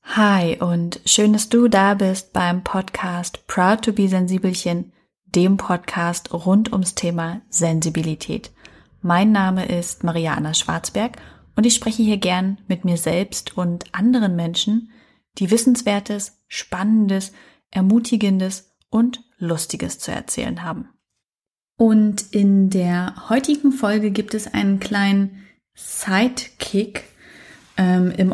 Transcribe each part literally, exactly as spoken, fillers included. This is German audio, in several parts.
Hi und schön, dass du da bist beim Podcast Proud to be Sensibelchen, dem Podcast rund ums Thema Sensibilität. Mein Name ist Maria Anna Schwarzberg und ich spreche hier gern mit mir selbst und anderen Menschen, die Wissenswertes, Spannendes, Ermutigendes und Lustiges zu erzählen haben. Und in der heutigen Folge gibt es einen kleinen Sidekick ähm, im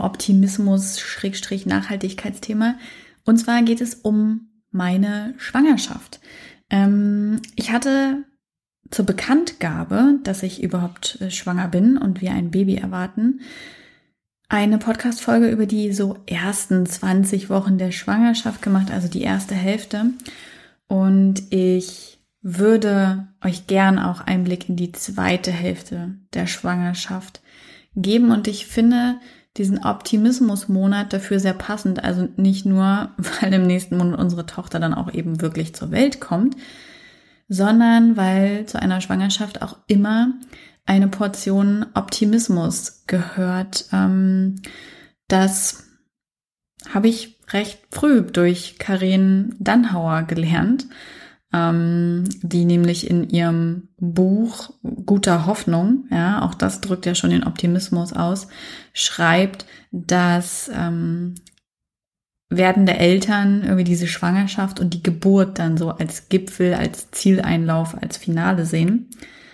Optimismus-Nachhaltigkeitsthema. Und zwar geht es um meine Schwangerschaft. Ähm, ich hatte zur Bekanntgabe, dass ich überhaupt äh, schwanger bin und wir ein Baby erwarten, eine Podcast-Folge über die so ersten zwanzig Wochen der Schwangerschaft gemacht, also die erste Hälfte. Und ich würde euch gern auch Einblick in die zweite Hälfte der Schwangerschaft geben. Und ich finde diesen Optimismus-Monat dafür sehr passend. Also nicht nur, weil im nächsten Monat unsere Tochter dann auch eben wirklich zur Welt kommt, sondern weil zu einer Schwangerschaft auch immer eine Portion Optimismus gehört. Ähm, das habe ich recht früh durch Karin Dannhauer gelernt, ähm, die nämlich in ihrem Buch Guter Hoffnung, ja, auch das drückt ja schon den Optimismus aus, schreibt, dass ähm, werdende Eltern irgendwie diese Schwangerschaft und die Geburt dann so als Gipfel, als Zieleinlauf, als Finale sehen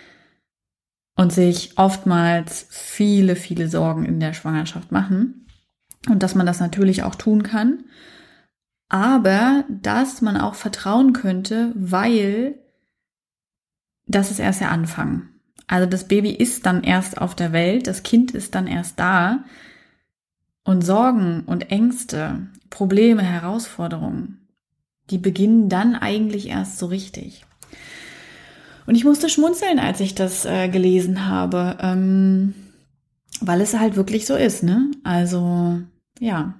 und sich oftmals viele, viele Sorgen in der Schwangerschaft machen und dass man das natürlich auch tun kann, aber dass man auch vertrauen könnte, weil das ist erst der Anfang. Also das Baby ist dann erst auf der Welt, das Kind ist dann erst da und Sorgen und Ängste, Probleme, Herausforderungen, die beginnen dann eigentlich erst so richtig. Und ich musste schmunzeln, als ich das äh, gelesen habe, ähm, weil es halt wirklich so ist, ne? Also, ja.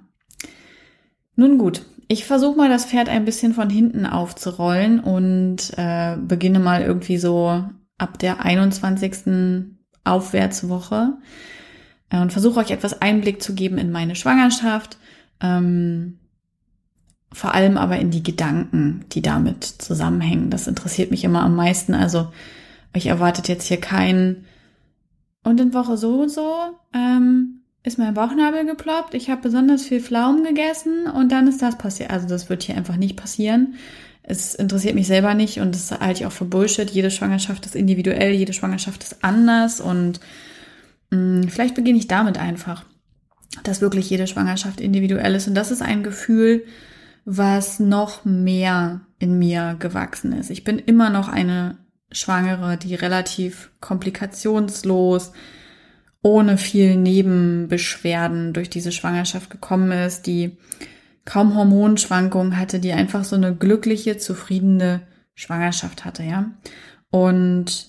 Nun gut, ich versuche mal das Pferd ein bisschen von hinten aufzurollen und äh, beginne mal irgendwie so ab der einundzwanzigsten Aufwärtswoche äh, und versuche euch etwas Einblick zu geben in meine Schwangerschaft, ähm, vor allem aber in die Gedanken, die damit zusammenhängen. Das interessiert mich immer am meisten. Also euch erwartet jetzt hier kein und in Woche so und so ähm, ist mein Bauchnabel geploppt, ich habe besonders viel Pflaumen gegessen und dann ist das passiert. Also das wird hier einfach nicht passieren. Es interessiert mich selber nicht und das halte ich auch für Bullshit. Jede Schwangerschaft ist individuell, jede Schwangerschaft ist anders und mh, vielleicht beginne ich damit einfach, dass wirklich jede Schwangerschaft individuell ist und das ist ein Gefühl, was noch mehr in mir gewachsen ist. Ich bin immer noch eine Schwangere, die relativ komplikationslos, ohne viel Nebenbeschwerden durch diese Schwangerschaft gekommen ist, die kaum Hormonschwankungen hatte, die einfach so eine glückliche, zufriedene Schwangerschaft hatte, ja. Und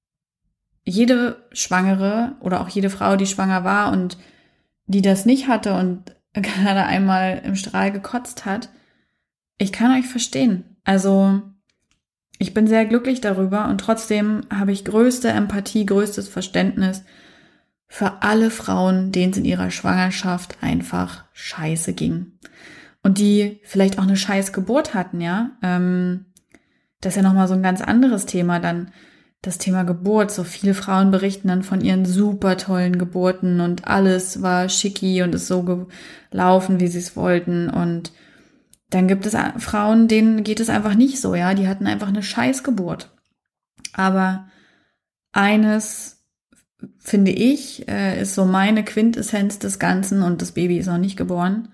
jede Schwangere oder auch jede Frau, die schwanger war und die das nicht hatte und gerade einmal im Strahl gekotzt hat, ich kann euch verstehen. Also ich bin sehr glücklich darüber und trotzdem habe ich größte Empathie, größtes Verständnis für alle Frauen, denen es in ihrer Schwangerschaft einfach scheiße ging. Und die vielleicht auch eine scheiß Geburt hatten, ja. Ähm, das ist ja nochmal so ein ganz anderes Thema dann, das Thema Geburt. So viele Frauen berichten dann von ihren super tollen Geburten und alles war schicki und ist so gelaufen, wie sie es wollten. Und dann gibt es Frauen, denen geht es einfach nicht so, ja. Die hatten einfach eine scheiß Geburt. Aber eines finde ich, äh, ist so meine Quintessenz des Ganzen und das Baby ist noch nicht geboren.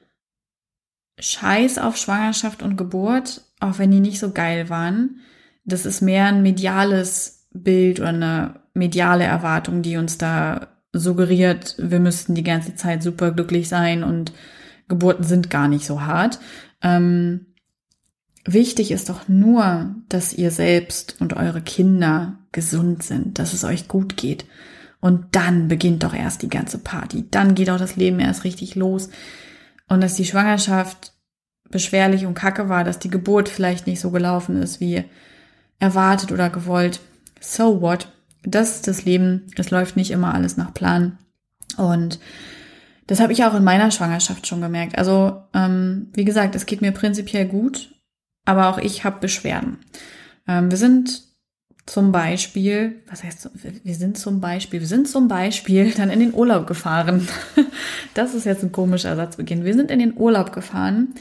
Scheiß auf Schwangerschaft und Geburt, auch wenn die nicht so geil waren. Das ist mehr ein mediales Bild oder eine mediale Erwartung, die uns da suggeriert, wir müssten die ganze Zeit super glücklich sein und Geburten sind gar nicht so hart. Ähm, wichtig ist doch nur, dass ihr selbst und eure Kinder gesund sind, dass es euch gut geht. Und dann beginnt doch erst die ganze Party. Dann geht auch das Leben erst richtig los. Und dass die Schwangerschaft beschwerlich und kacke war, dass die Geburt vielleicht nicht so gelaufen ist, wie erwartet oder gewollt. So what? Das ist das Leben. Es läuft nicht immer alles nach Plan. Und Das habe ich auch in meiner Schwangerschaft schon gemerkt. Also ähm, wie gesagt, es geht mir prinzipiell gut, aber auch ich habe Beschwerden. Ähm, wir sind zum Beispiel, was heißt, wir sind zum Beispiel, wir sind zum Beispiel dann in den Urlaub gefahren. Das ist jetzt ein komischer Satzbeginn. Wir sind in den Urlaub gefahren.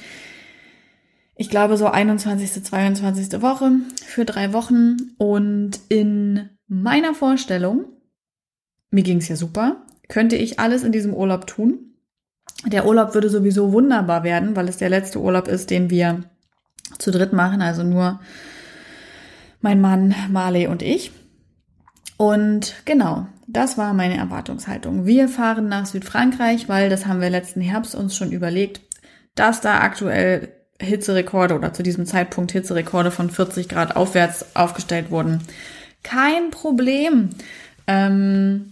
Ich glaube so einundzwanzigste, zweiundzwanzigste Woche für drei Wochen. Und in meiner Vorstellung, mir ging es ja super, könnte ich alles in diesem Urlaub tun. Der Urlaub würde sowieso wunderbar werden, weil es der letzte Urlaub ist, den wir zu dritt machen, also nur mein Mann, Marley und ich. Und genau, das war meine Erwartungshaltung. Wir fahren nach Südfrankreich, weil das haben wir letzten Herbst uns schon überlegt, dass da aktuell Hitzerekorde oder zu diesem Zeitpunkt Hitzerekorde von vierzig Grad aufwärts aufgestellt wurden. Kein Problem. Ähm,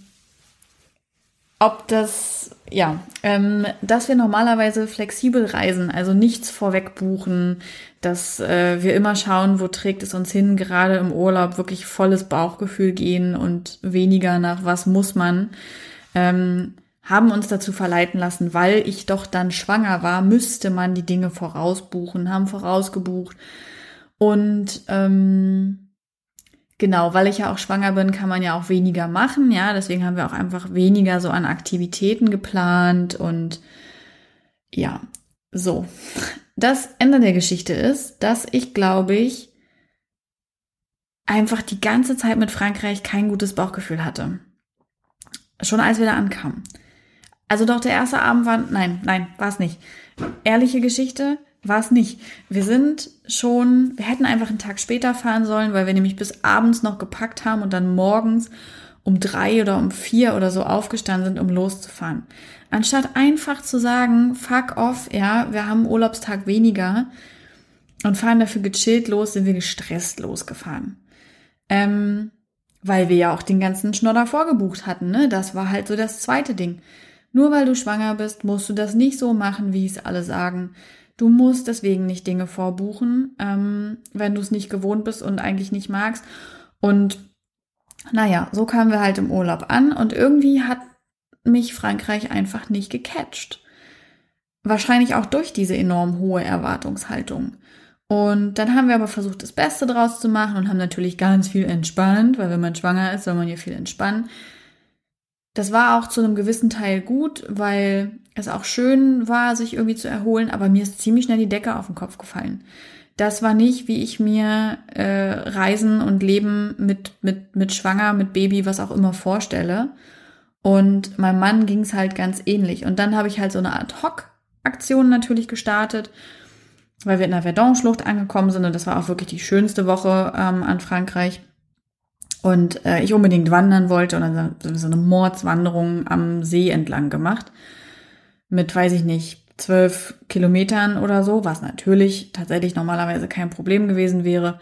ob das, ja, ähm, dass wir normalerweise flexibel reisen, also nichts vorweg buchen, dass äh, wir immer schauen, wo trägt es uns hin, gerade im Urlaub wirklich volles Bauchgefühl gehen und weniger nach was muss man, ähm, haben uns dazu verleiten lassen, weil ich doch dann schwanger war, müsste man die Dinge vorausbuchen, haben vorausgebucht und ähm, genau, weil ich ja auch schwanger bin, kann man ja auch weniger machen, ja, deswegen haben wir auch einfach weniger so an Aktivitäten geplant und ja, so. Das Ende der Geschichte ist, dass ich, glaube ich, einfach die ganze Zeit mit Frankreich kein gutes Bauchgefühl hatte. Schon als wir da ankamen. Also doch, der erste Abend war, nein, nein, war es nicht. Ehrliche Geschichte, war es nicht. Wir sind schon, wir hätten einfach einen Tag später fahren sollen, weil wir nämlich bis abends noch gepackt haben und dann morgens um drei oder um vier oder so aufgestanden sind, um loszufahren. Anstatt einfach zu sagen, fuck off, ja, wir haben einen Urlaubstag weniger und fahren dafür gechillt los, sind wir gestresst losgefahren. Ähm, weil wir ja auch den ganzen Schnodder vorgebucht hatten, ne? Das war halt so das zweite Ding. Nur weil du schwanger bist, musst du das nicht so machen, wie es alle sagen. Du musst deswegen nicht Dinge vorbuchen, ähm, wenn du es nicht gewohnt bist und eigentlich nicht magst. Und naja, so kamen wir halt im Urlaub an und irgendwie hat mich Frankreich einfach nicht gecatcht. Wahrscheinlich auch durch diese enorm hohe Erwartungshaltung. Und dann haben wir aber versucht, das Beste draus zu machen und haben natürlich ganz viel entspannt, weil wenn man schwanger ist, soll man ja viel entspannen. Das war auch zu einem gewissen Teil gut, weil es auch schön war, sich irgendwie zu erholen, aber mir ist ziemlich schnell die Decke auf den Kopf gefallen. Das war nicht, wie ich mir äh, Reisen und Leben mit, mit, mit Schwanger, mit Baby, was auch immer vorstelle. Und meinem Mann ging es halt ganz ähnlich. Und dann habe ich halt so eine Ad-Hoc-Aktion natürlich gestartet, weil wir in der Verdun-Schlucht angekommen sind und das war auch wirklich die schönste Woche ähm, an Frankreich. Und äh, ich unbedingt wandern wollte und dann so eine Mordswanderung am See entlang gemacht. Mit, weiß ich nicht, zwölf Kilometern oder so, was natürlich tatsächlich normalerweise kein Problem gewesen wäre.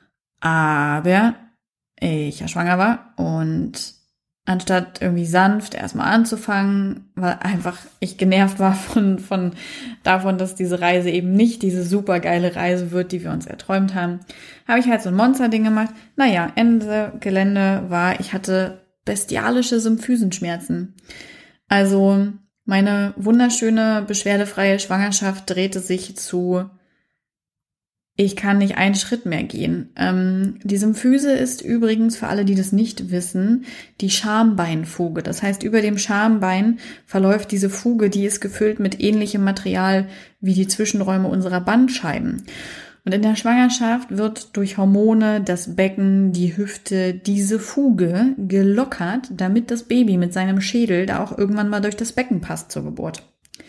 Aber ich ja schwanger war und anstatt irgendwie sanft erstmal anzufangen, weil einfach ich genervt war von, von davon, dass diese Reise eben nicht diese super geile Reise wird, die wir uns erträumt haben, habe ich halt so ein Monsterding gemacht. Naja, Ende Gelände war, ich hatte bestialische Symphysenschmerzen. Also meine wunderschöne, beschwerdefreie Schwangerschaft drehte sich zu ich kann nicht einen Schritt mehr gehen. Ähm, die Symphyse ist übrigens, für alle, die das nicht wissen, die Schambeinfuge. Das heißt, über dem Schambein verläuft diese Fuge, die ist gefüllt mit ähnlichem Material wie die Zwischenräume unserer Bandscheiben. Und in der Schwangerschaft wird durch Hormone das Becken, die Hüfte, diese Fuge gelockert, damit das Baby mit seinem Schädel da auch irgendwann mal durch das Becken passt zur Geburt.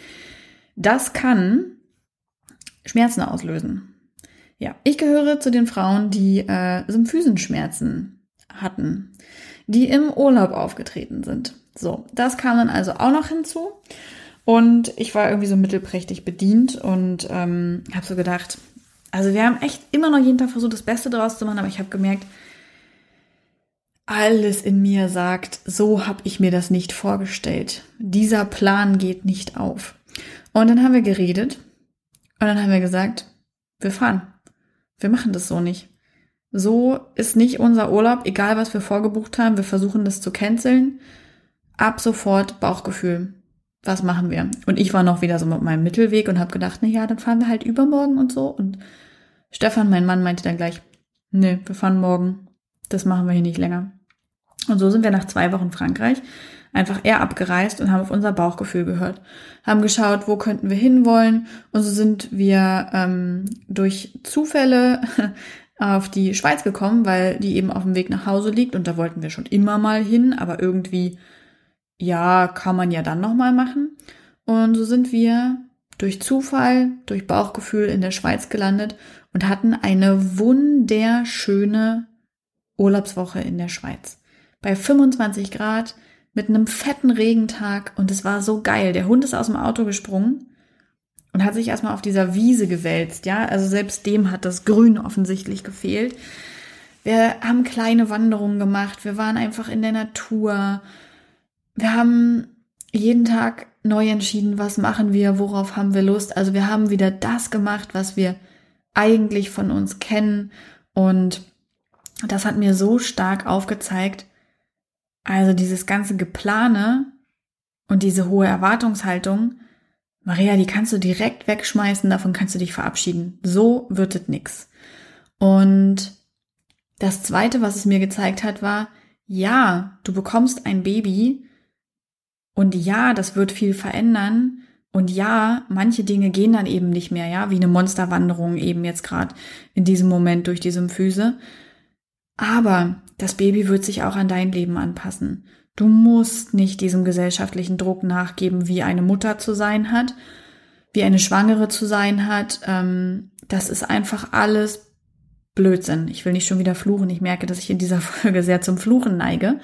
Das kann Schmerzen auslösen. Ja, ich gehöre zu den Frauen, die äh, Symphysenschmerzen hatten, die im Urlaub aufgetreten sind. So, das kam dann also auch noch hinzu und ich war irgendwie so mittelprächtig bedient und ähm, habe so gedacht, also wir haben echt immer noch jeden Tag versucht, das Beste draus zu machen, aber ich habe gemerkt, alles in mir sagt, so habe ich mir das nicht vorgestellt. Dieser Plan geht nicht auf. Und dann haben wir geredet und dann haben wir gesagt, wir fahren. Wir machen das so nicht. So ist nicht unser Urlaub, egal was wir vorgebucht haben. Wir versuchen das zu canceln. Ab sofort Bauchgefühl. was machen wir? Und ich war noch wieder so mit meinem Mittelweg und habe gedacht, na ja, dann fahren wir halt übermorgen und so. Und Stefan, mein Mann, meinte dann gleich, nee, wir fahren morgen. Das machen wir hier nicht länger. Und so sind wir nach zwei Wochen Frankreich einfach eher abgereist und haben auf unser Bauchgefühl gehört. Haben geschaut, wo könnten wir hinwollen. Und so sind wir ähm, durch Zufälle auf die Schweiz gekommen, weil die eben auf dem Weg nach Hause liegt. Und da wollten wir schon immer mal hin, aber irgendwie, ja, kann man ja dann nochmal machen. Und so sind wir durch Zufall, durch Bauchgefühl in der Schweiz gelandet und hatten eine wunderschöne Urlaubswoche in der Schweiz. Bei fünfundzwanzig Grad, mit einem fetten Regentag, und es war so geil. Der Hund ist aus dem Auto gesprungen und hat sich erstmal auf dieser Wiese gewälzt, ja. Also selbst dem hat das Grün offensichtlich gefehlt. Wir haben kleine Wanderungen gemacht, wir waren einfach in der Natur. Wir haben jeden Tag neu entschieden, was machen wir, worauf haben wir Lust. Also wir haben wieder das gemacht, was wir eigentlich von uns kennen, und das hat mir so stark aufgezeigt, also dieses ganze Geplane und diese hohe Erwartungshaltung, Maria, die kannst du direkt wegschmeißen, davon kannst du dich verabschieden. So wird es nix. Und das Zweite, was es mir gezeigt hat, war, ja, du bekommst ein Baby und ja, das wird viel verändern und ja, manche Dinge gehen dann eben nicht mehr, ja, wie eine Monsterwanderung eben jetzt gerade in diesem Moment durch die Symphyse. Aber das Baby wird sich auch an dein Leben anpassen. Du musst nicht diesem gesellschaftlichen Druck nachgeben, wie eine Mutter zu sein hat, wie eine Schwangere zu sein hat. Das ist einfach alles Blödsinn. Ich will nicht schon wieder fluchen. Ich merke, dass ich in dieser Folge sehr zum Fluchen neige.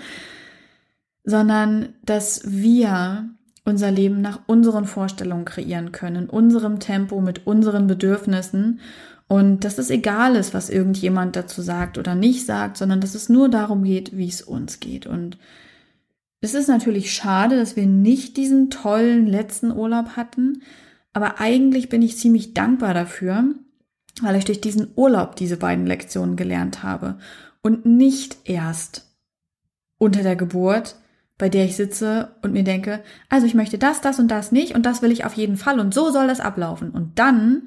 Sondern, dass wir unser Leben nach unseren Vorstellungen kreieren können, in unserem Tempo, mit unseren Bedürfnissen. Und dass es egal ist, was irgendjemand dazu sagt oder nicht sagt, sondern dass es nur darum geht, wie es uns geht. Und es ist natürlich schade, dass wir nicht diesen tollen letzten Urlaub hatten, aber eigentlich bin ich ziemlich dankbar dafür, weil ich durch diesen Urlaub diese beiden Lektionen gelernt habe und nicht erst unter der Geburt, bei der ich sitze und mir denke, also ich möchte das, das und das nicht und das will ich auf jeden Fall und so soll das ablaufen. Und dann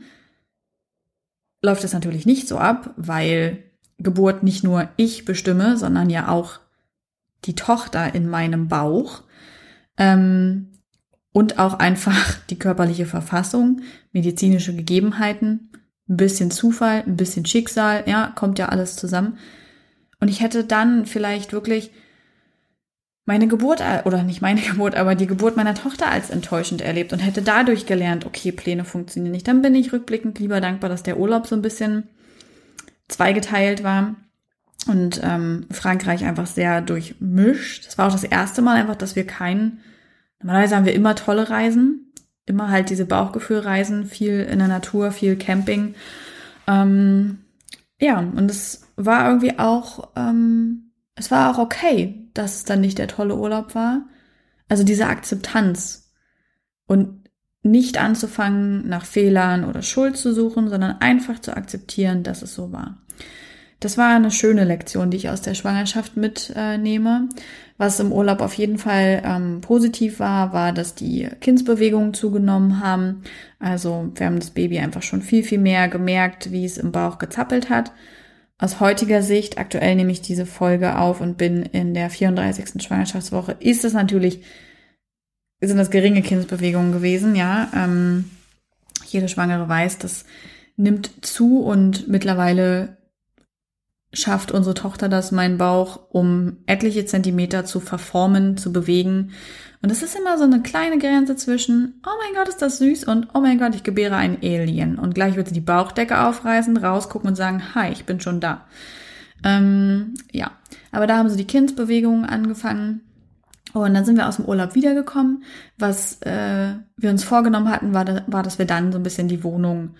läuft es natürlich nicht so ab, weil Geburt nicht nur ich bestimme, sondern ja auch die Tochter in meinem Bauch ähm, und auch einfach die körperliche Verfassung, medizinische Gegebenheiten, ein bisschen Zufall, ein bisschen Schicksal, ja, kommt ja alles zusammen. Und ich hätte dann vielleicht wirklich meine Geburt, oder nicht meine Geburt, aber die Geburt meiner Tochter als enttäuschend erlebt und hätte dadurch gelernt, okay, Pläne funktionieren nicht. Dann bin ich rückblickend lieber dankbar, dass der Urlaub so ein bisschen zweigeteilt war und ähm, Frankreich einfach sehr durchmischt. Das war auch das erste Mal einfach, dass wir keinen, normalerweise haben wir immer tolle Reisen, immer halt diese Bauchgefühlreisen, viel in der Natur, viel Camping. Ähm, ja, und es war irgendwie auch, ähm, es war auch okay, dass es dann nicht der tolle Urlaub war. Also diese Akzeptanz und nicht anzufangen, nach Fehlern oder Schuld zu suchen, sondern einfach zu akzeptieren, dass es so war. Das war eine schöne Lektion, die ich aus der Schwangerschaft mitnehme. Was im Urlaub auf jeden Fall ähm, positiv war, war, dass die Kindsbewegungen zugenommen haben. Also wir haben das Baby einfach schon viel, viel mehr gemerkt, wie es im Bauch gezappelt hat. Aus heutiger Sicht, aktuell nehme ich diese Folge auf und bin in der vierunddreißigsten Schwangerschaftswoche, ist es natürlich, sind das geringe Kindsbewegungen gewesen, ja. Ähm, jede Schwangere weiß, das nimmt zu und mittlerweile schafft unsere Tochter das, meinen Bauch, um etliche Zentimeter zu verformen, zu bewegen. Und es ist immer so eine kleine Grenze zwischen, oh mein Gott, ist das süß, und oh mein Gott, ich gebäre einen Alien. Und gleich wird sie die Bauchdecke aufreißen, rausgucken und sagen, hi, ich bin schon da. Ähm, ja, aber da haben so die Kindsbewegungen angefangen. Und dann sind wir aus dem Urlaub wiedergekommen. Was äh, wir uns vorgenommen hatten, war, da, war, dass wir dann so ein bisschen die Wohnung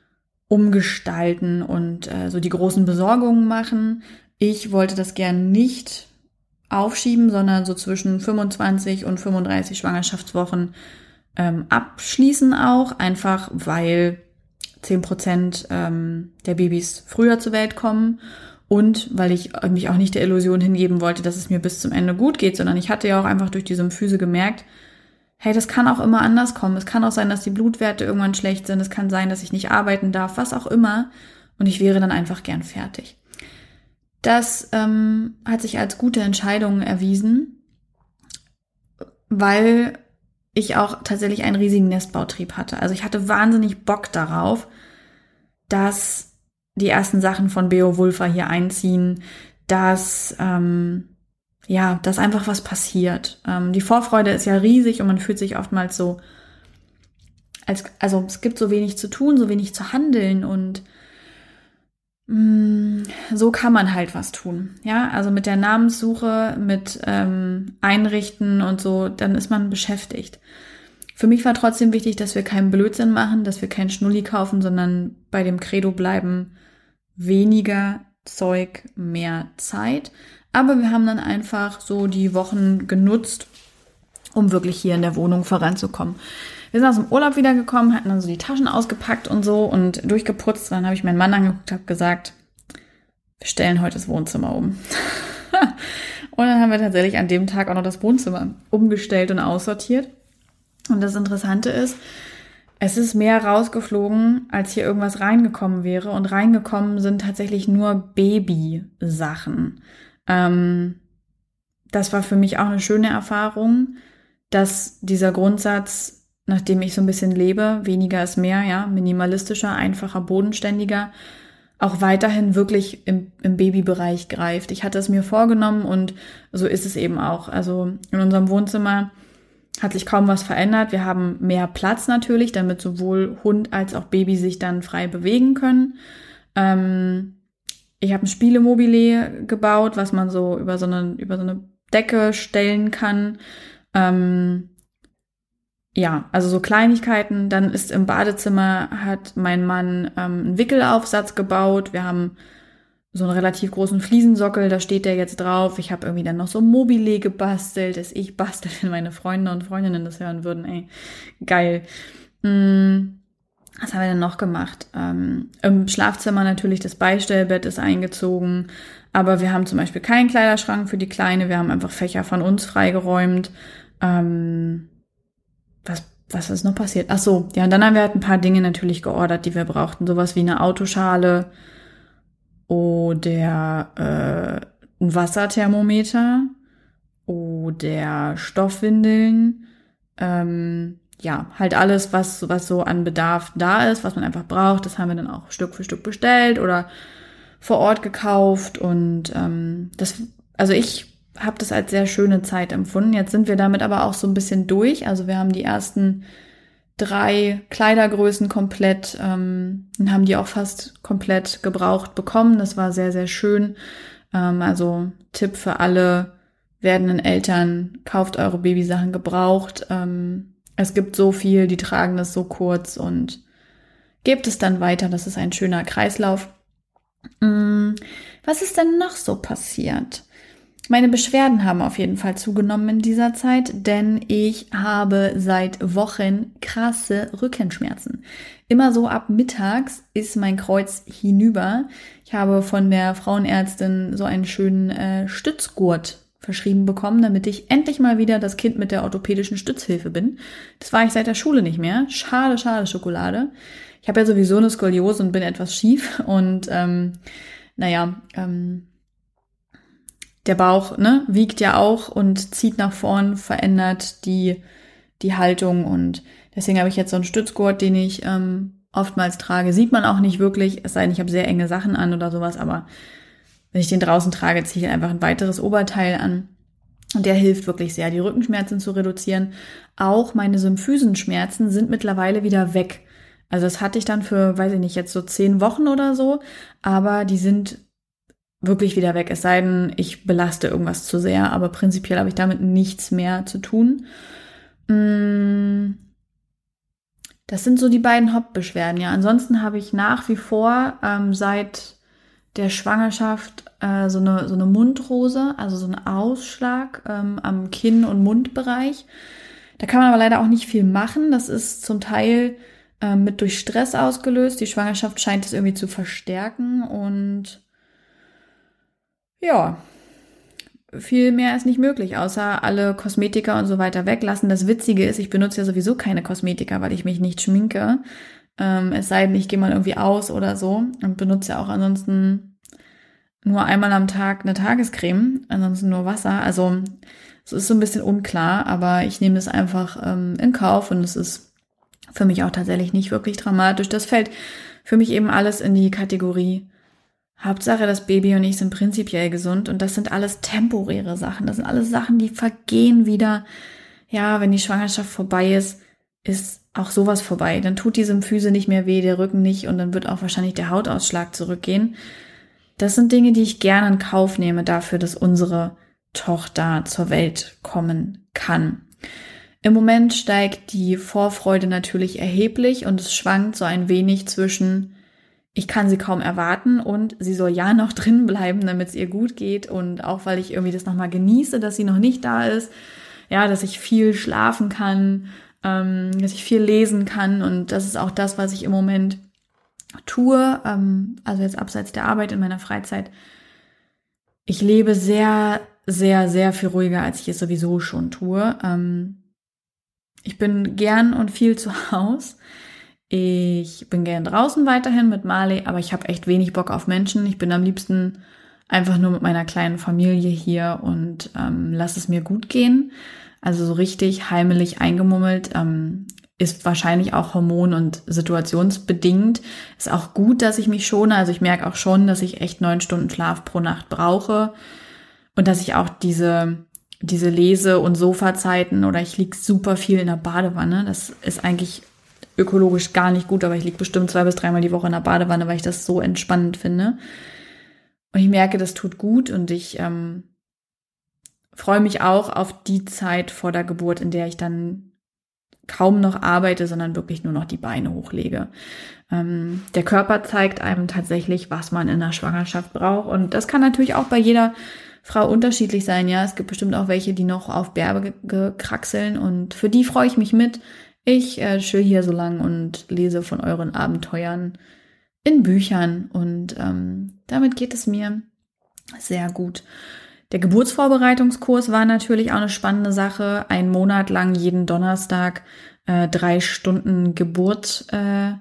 umgestalten und äh, so die großen Besorgungen machen. Ich wollte das gern nicht aufschieben, sondern so zwischen fünfundzwanzig und fünfunddreißig Schwangerschaftswochen ähm, abschließen auch, einfach weil zehn Prozent ähm, der Babys früher zur Welt kommen und weil ich mich auch nicht der Illusion hingeben wollte, dass es mir bis zum Ende gut geht, sondern ich hatte ja auch einfach durch die Symphyse gemerkt, hey, das kann auch immer anders kommen. Es kann auch sein, dass die Blutwerte irgendwann schlecht sind. Es kann sein, dass ich nicht arbeiten darf, was auch immer. Und ich wäre dann einfach gern fertig. Das ähm, hat sich als gute Entscheidung erwiesen, weil ich auch tatsächlich einen riesigen Nestbautrieb hatte. Also ich hatte wahnsinnig Bock darauf, dass die ersten Sachen von Beowulfa hier einziehen, dass ähm, ja, dass einfach was passiert. Ähm, die Vorfreude ist ja riesig und man fühlt sich oftmals so, als also es gibt so wenig zu tun, so wenig zu handeln und mh, so kann man halt was tun. Ja, also mit der Namenssuche, mit ähm, Einrichten und so, dann ist man beschäftigt. Für mich war trotzdem wichtig, dass wir keinen Blödsinn machen, dass wir keinen Schnulli kaufen, sondern bei dem Credo bleiben, weniger Zeug, mehr Zeit. Aber wir haben dann einfach so die Wochen genutzt, um wirklich hier in der Wohnung voranzukommen. Wir sind aus dem Urlaub wiedergekommen, hatten dann so die Taschen ausgepackt und so und durchgeputzt. Dann habe ich meinen Mann angeguckt, habe gesagt, wir stellen heute das Wohnzimmer um. Und dann haben wir tatsächlich an dem Tag auch noch das Wohnzimmer umgestellt und aussortiert. Und das Interessante ist, es ist mehr rausgeflogen, als hier irgendwas reingekommen wäre. Und reingekommen sind tatsächlich nur Babysachen. Ähm, das war für mich auch eine schöne Erfahrung, dass dieser Grundsatz, nachdem ich so ein bisschen lebe, weniger ist mehr, ja, minimalistischer, einfacher, bodenständiger, auch weiterhin wirklich im, im Babybereich greift. Ich hatte es mir vorgenommen und so ist es eben auch. Also in unserem Wohnzimmer hat sich kaum was verändert. Wir haben mehr Platz natürlich, damit sowohl Hund als auch Baby sich dann frei bewegen können. Ähm, ich habe ein Spielemobile gebaut, was man so über so eine, über so eine Decke stellen kann. Ähm, ja, also so Kleinigkeiten. Dann ist im Badezimmer, hat mein Mann ähm, einen Wickelaufsatz gebaut. Wir haben so einen relativ großen Fliesensockel, da steht der jetzt drauf. Ich habe irgendwie dann noch so Mobile gebastelt, dass ich bastel, wenn meine Freunde und Freundinnen das hören würden. Ey, geil. Hm, was haben wir denn noch gemacht? Ähm, im Schlafzimmer natürlich das Beistellbett ist eingezogen, aber wir haben zum Beispiel keinen Kleiderschrank für die Kleine. Wir haben einfach Fächer von uns freigeräumt. Ähm, was Was ist noch passiert? Ach so, ja, und dann haben wir halt ein paar Dinge natürlich geordert, die wir brauchten. Sowas wie eine Autoschale oder äh, ein Wasserthermometer oder Stoffwindeln. Ähm, ja, halt alles, was, was so an Bedarf da ist, was man einfach braucht. Das haben wir dann auch Stück für Stück bestellt oder vor Ort gekauft. Und ähm, das, also ich habe das als sehr schöne Zeit empfunden. Jetzt sind wir damit aber auch so ein bisschen durch. Also wir haben die ersten drei Kleidergrößen komplett ähm, und haben die auch fast komplett gebraucht bekommen. Das war sehr, sehr schön. Ähm, also Tipp für alle werdenden Eltern, kauft eure Babysachen gebraucht. Ähm, es gibt so viel, die tragen das so kurz und gebt es dann weiter. Das ist ein schöner Kreislauf. Ähm, was ist denn noch so passiert? Meine Beschwerden haben auf jeden Fall zugenommen in dieser Zeit, denn ich habe seit Wochen krasse Rückenschmerzen. Immer so ab mittags ist mein Kreuz hinüber. Ich habe von der Frauenärztin so einen schönen äh, Stützgurt verschrieben bekommen, damit ich endlich mal wieder das Kind mit der orthopädischen Stützhilfe bin. Das war ich seit der Schule nicht mehr. Schade, schade Schokolade. Ich habe ja sowieso eine Skoliose und bin etwas schief und ähm, naja, ähm, der Bauch, ne, wiegt ja auch und zieht nach vorn, verändert die, die Haltung und deswegen habe ich jetzt so einen Stützgurt, den ich ähm, oftmals trage. Sieht man auch nicht wirklich, es sei denn, ich habe sehr enge Sachen an oder sowas, aber wenn ich den draußen trage, ziehe ich einfach ein weiteres Oberteil an und der hilft wirklich sehr, die Rückenschmerzen zu reduzieren. Auch meine Symphysenschmerzen sind mittlerweile wieder weg. Also das hatte ich dann für, weiß ich nicht, jetzt so zehn Wochen oder so, aber die sind wirklich wieder weg, es sei denn, ich belaste irgendwas zu sehr, aber prinzipiell habe ich damit nichts mehr zu tun. Das sind so die beiden Hauptbeschwerden, ja. Ansonsten habe ich nach wie vor ähm, seit der Schwangerschaft äh, so eine so eine Mundrose, also so einen Ausschlag ähm, am Kinn- und Mundbereich. Da kann man aber leider auch nicht viel machen. Das ist zum Teil äh, mit durch Stress ausgelöst. Die Schwangerschaft scheint es irgendwie zu verstärken und ja, viel mehr ist nicht möglich, außer alle Kosmetika und so weiter weglassen. Das Witzige ist, ich benutze ja sowieso keine Kosmetika, weil ich mich nicht schminke. Ähm, es sei denn, ich gehe mal irgendwie aus oder so und benutze ja auch ansonsten nur einmal am Tag eine Tagescreme, ansonsten nur Wasser. Also es ist so ein bisschen unklar, aber ich nehme das einfach ähm, in Kauf und es ist für mich auch tatsächlich nicht wirklich dramatisch. Das fällt für mich eben alles in die Kategorie Hauptsache, das Baby und ich sind prinzipiell gesund und das sind alles temporäre Sachen. Das sind alles Sachen, die vergehen wieder. Ja, wenn die Schwangerschaft vorbei ist, ist auch sowas vorbei. Dann tut die Symphyse nicht mehr weh, der Rücken nicht und dann wird auch wahrscheinlich der Hautausschlag zurückgehen. Das sind Dinge, die ich gerne in Kauf nehme dafür, dass unsere Tochter zur Welt kommen kann. Im Moment steigt die Vorfreude natürlich erheblich und es schwankt so ein wenig zwischen ich kann sie kaum erwarten und sie soll ja noch drin bleiben, damit es ihr gut geht und auch, weil ich irgendwie das nochmal genieße, dass sie noch nicht da ist, ja, dass ich viel schlafen kann, ähm, dass ich viel lesen kann und das ist auch das, was ich im Moment tue, ähm, also jetzt abseits der Arbeit in meiner Freizeit. Ich lebe sehr, sehr, sehr viel ruhiger, als ich es sowieso schon tue. Ähm, ich bin gern und viel zu Hause. Ich bin gern draußen weiterhin mit Marley, aber ich habe echt wenig Bock auf Menschen. Ich bin am liebsten einfach nur mit meiner kleinen Familie hier und ähm, lass es mir gut gehen. Also so richtig heimelig eingemummelt ähm, ist wahrscheinlich auch hormon- und situationsbedingt. Ist auch gut, dass ich mich schone. Also ich merke auch schon, dass ich echt neun Stunden Schlaf pro Nacht brauche und dass ich auch diese diese Lese- und Sofazeiten oder ich liege super viel in der Badewanne. Das ist eigentlich ökologisch gar nicht gut, aber ich liege bestimmt zwei bis dreimal die Woche in der Badewanne, weil ich das so entspannend finde. Und ich merke, das tut gut und ich ähm, freue mich auch auf die Zeit vor der Geburt, in der ich dann kaum noch arbeite, sondern wirklich nur noch die Beine hochlege. Ähm, der Körper zeigt einem tatsächlich, was man in der Schwangerschaft braucht und das kann natürlich auch bei jeder Frau unterschiedlich sein. Ja, es gibt bestimmt auch welche, die noch auf Bärbe gekraxeln und für die freue ich mich mit. Ich äh, chill hier so lang und lese von euren Abenteuern in Büchern und ähm, damit geht es mir sehr gut. Der Geburtsvorbereitungskurs war natürlich auch eine spannende Sache. Ein Monat lang jeden Donnerstag äh, drei Stunden Geburt äh,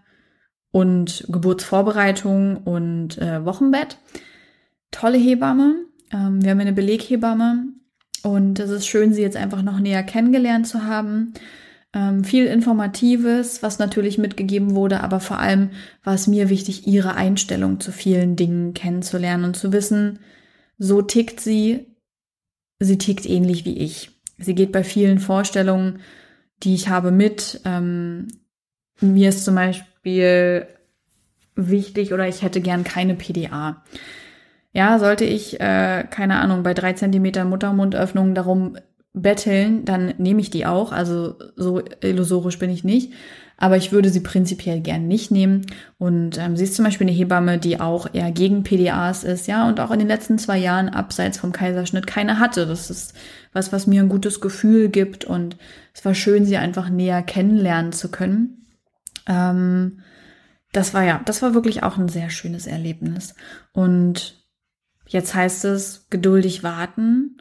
und Geburtsvorbereitung und äh, Wochenbett. Tolle Hebamme. Ähm, wir haben eine Beleghebamme und es ist schön, sie jetzt einfach noch näher kennengelernt zu haben. Ähm, viel Informatives, was natürlich mitgegeben wurde, aber vor allem war es mir wichtig, ihre Einstellung zu vielen Dingen kennenzulernen und zu wissen, so tickt sie, sie tickt ähnlich wie ich. Sie geht bei vielen Vorstellungen, die ich habe, mit. Ähm, mir ist zum Beispiel wichtig oder ich hätte gern keine P D A. Ja, sollte ich, äh, keine Ahnung, bei drei Zentimeter Muttermundöffnung darum betteln, dann nehme ich die auch. Also so illusorisch bin ich nicht. Aber ich würde sie prinzipiell gern nicht nehmen. Und ähm, sie ist zum Beispiel eine Hebamme, die auch eher gegen P D As ist, ja, und auch in den letzten zwei Jahren abseits vom Kaiserschnitt keine hatte. Das ist was, was mir ein gutes Gefühl gibt. Und es war schön, sie einfach näher kennenlernen zu können. Ähm, das war ja, das war wirklich auch ein sehr schönes Erlebnis. Und jetzt heißt es, geduldig warten.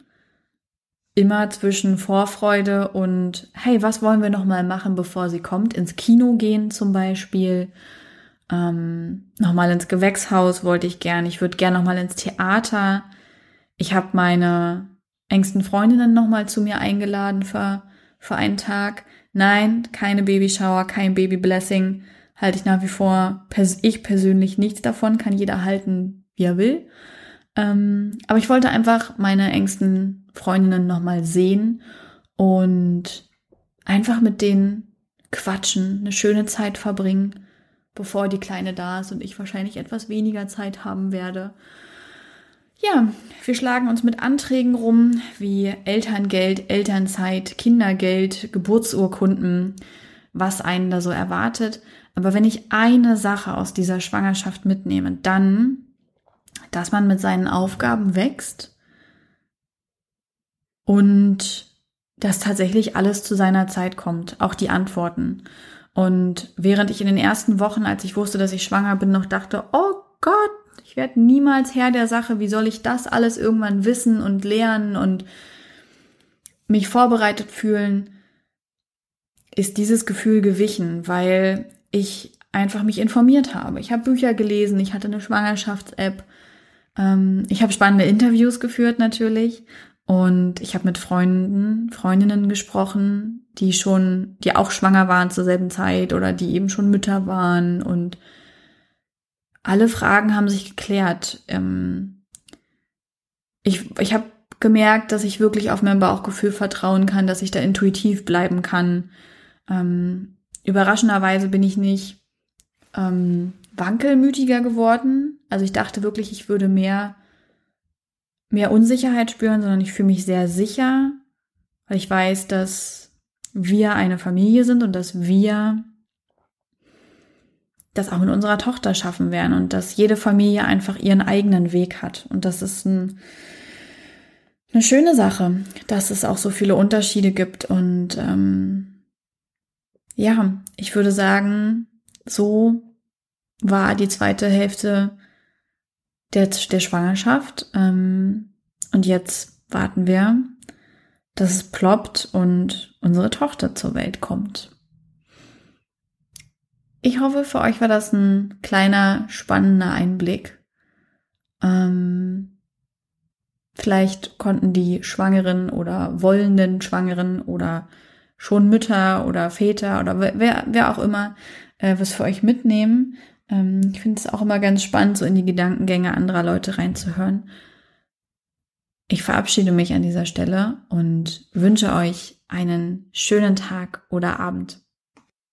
Immer zwischen Vorfreude und hey, was wollen wir noch mal machen, bevor sie kommt? Ins Kino gehen zum Beispiel, ähm, nochmal ins Gewächshaus wollte ich gern. Ich würde gern nochmal ins Theater. Ich habe meine engsten Freundinnen nochmal zu mir eingeladen für, für einen Tag. Nein, keine Babyshower, kein Babyblessing. Halte ich nach wie vor, pers- ich persönlich nichts davon. Kann jeder halten, wie er will. Ähm, aber ich wollte einfach meine engsten Freundinnen nochmal sehen und einfach mit denen quatschen, eine schöne Zeit verbringen, bevor die Kleine da ist und ich wahrscheinlich etwas weniger Zeit haben werde. Ja, wir schlagen uns mit Anträgen rum, wie Elterngeld, Elternzeit, Kindergeld, Geburtsurkunden, was einen da so erwartet. Aber wenn ich eine Sache aus dieser Schwangerschaft mitnehme, dann, dass man mit seinen Aufgaben wächst und dass tatsächlich alles zu seiner Zeit kommt, auch die Antworten. Und während ich in den ersten Wochen, als ich wusste, dass ich schwanger bin, noch dachte, oh Gott, Ich werde niemals Herr der Sache. Wie soll ich das alles irgendwann wissen und lernen und mich vorbereitet fühlen? Ist dieses Gefühl gewichen, weil ich einfach mich informiert habe. Ich habe Bücher gelesen, ich hatte eine Schwangerschafts-App, ähm, ich habe spannende Interviews geführt natürlich und ich habe mit Freunden, Freundinnen gesprochen, die schon, die auch schwanger waren zur selben Zeit oder die eben schon Mütter waren und alle Fragen haben sich geklärt. Ähm, ich ich habe gemerkt, dass ich wirklich auf mein Bauchgefühl vertrauen kann, dass ich da intuitiv bleiben kann. Ähm, überraschenderweise bin ich nicht ähm, wankelmütiger geworden. Also ich dachte wirklich, ich würde mehr, mehr Unsicherheit spüren, sondern ich fühle mich sehr sicher, weil ich weiß, dass wir eine Familie sind und dass wir das auch mit unserer Tochter schaffen werden und dass jede Familie einfach ihren eigenen Weg hat. Und das ist ein, eine schöne Sache, dass es auch so viele Unterschiede gibt. Und ähm, ja, ich würde sagen, so war die zweite Hälfte der, der Schwangerschaft. Ähm, und jetzt warten wir, dass es ploppt und unsere Tochter zur Welt kommt. Ich hoffe, für euch war das ein kleiner, spannender Einblick. Ähm, vielleicht konnten die Schwangeren oder wollenden Schwangeren oder schon Mütter oder Väter oder wer, wer auch immer äh, was für euch mitnehmen. Ähm, ich finde es auch immer ganz spannend, so in die Gedankengänge anderer Leute reinzuhören. Ich verabschiede mich an dieser Stelle und wünsche euch einen schönen Tag oder Abend.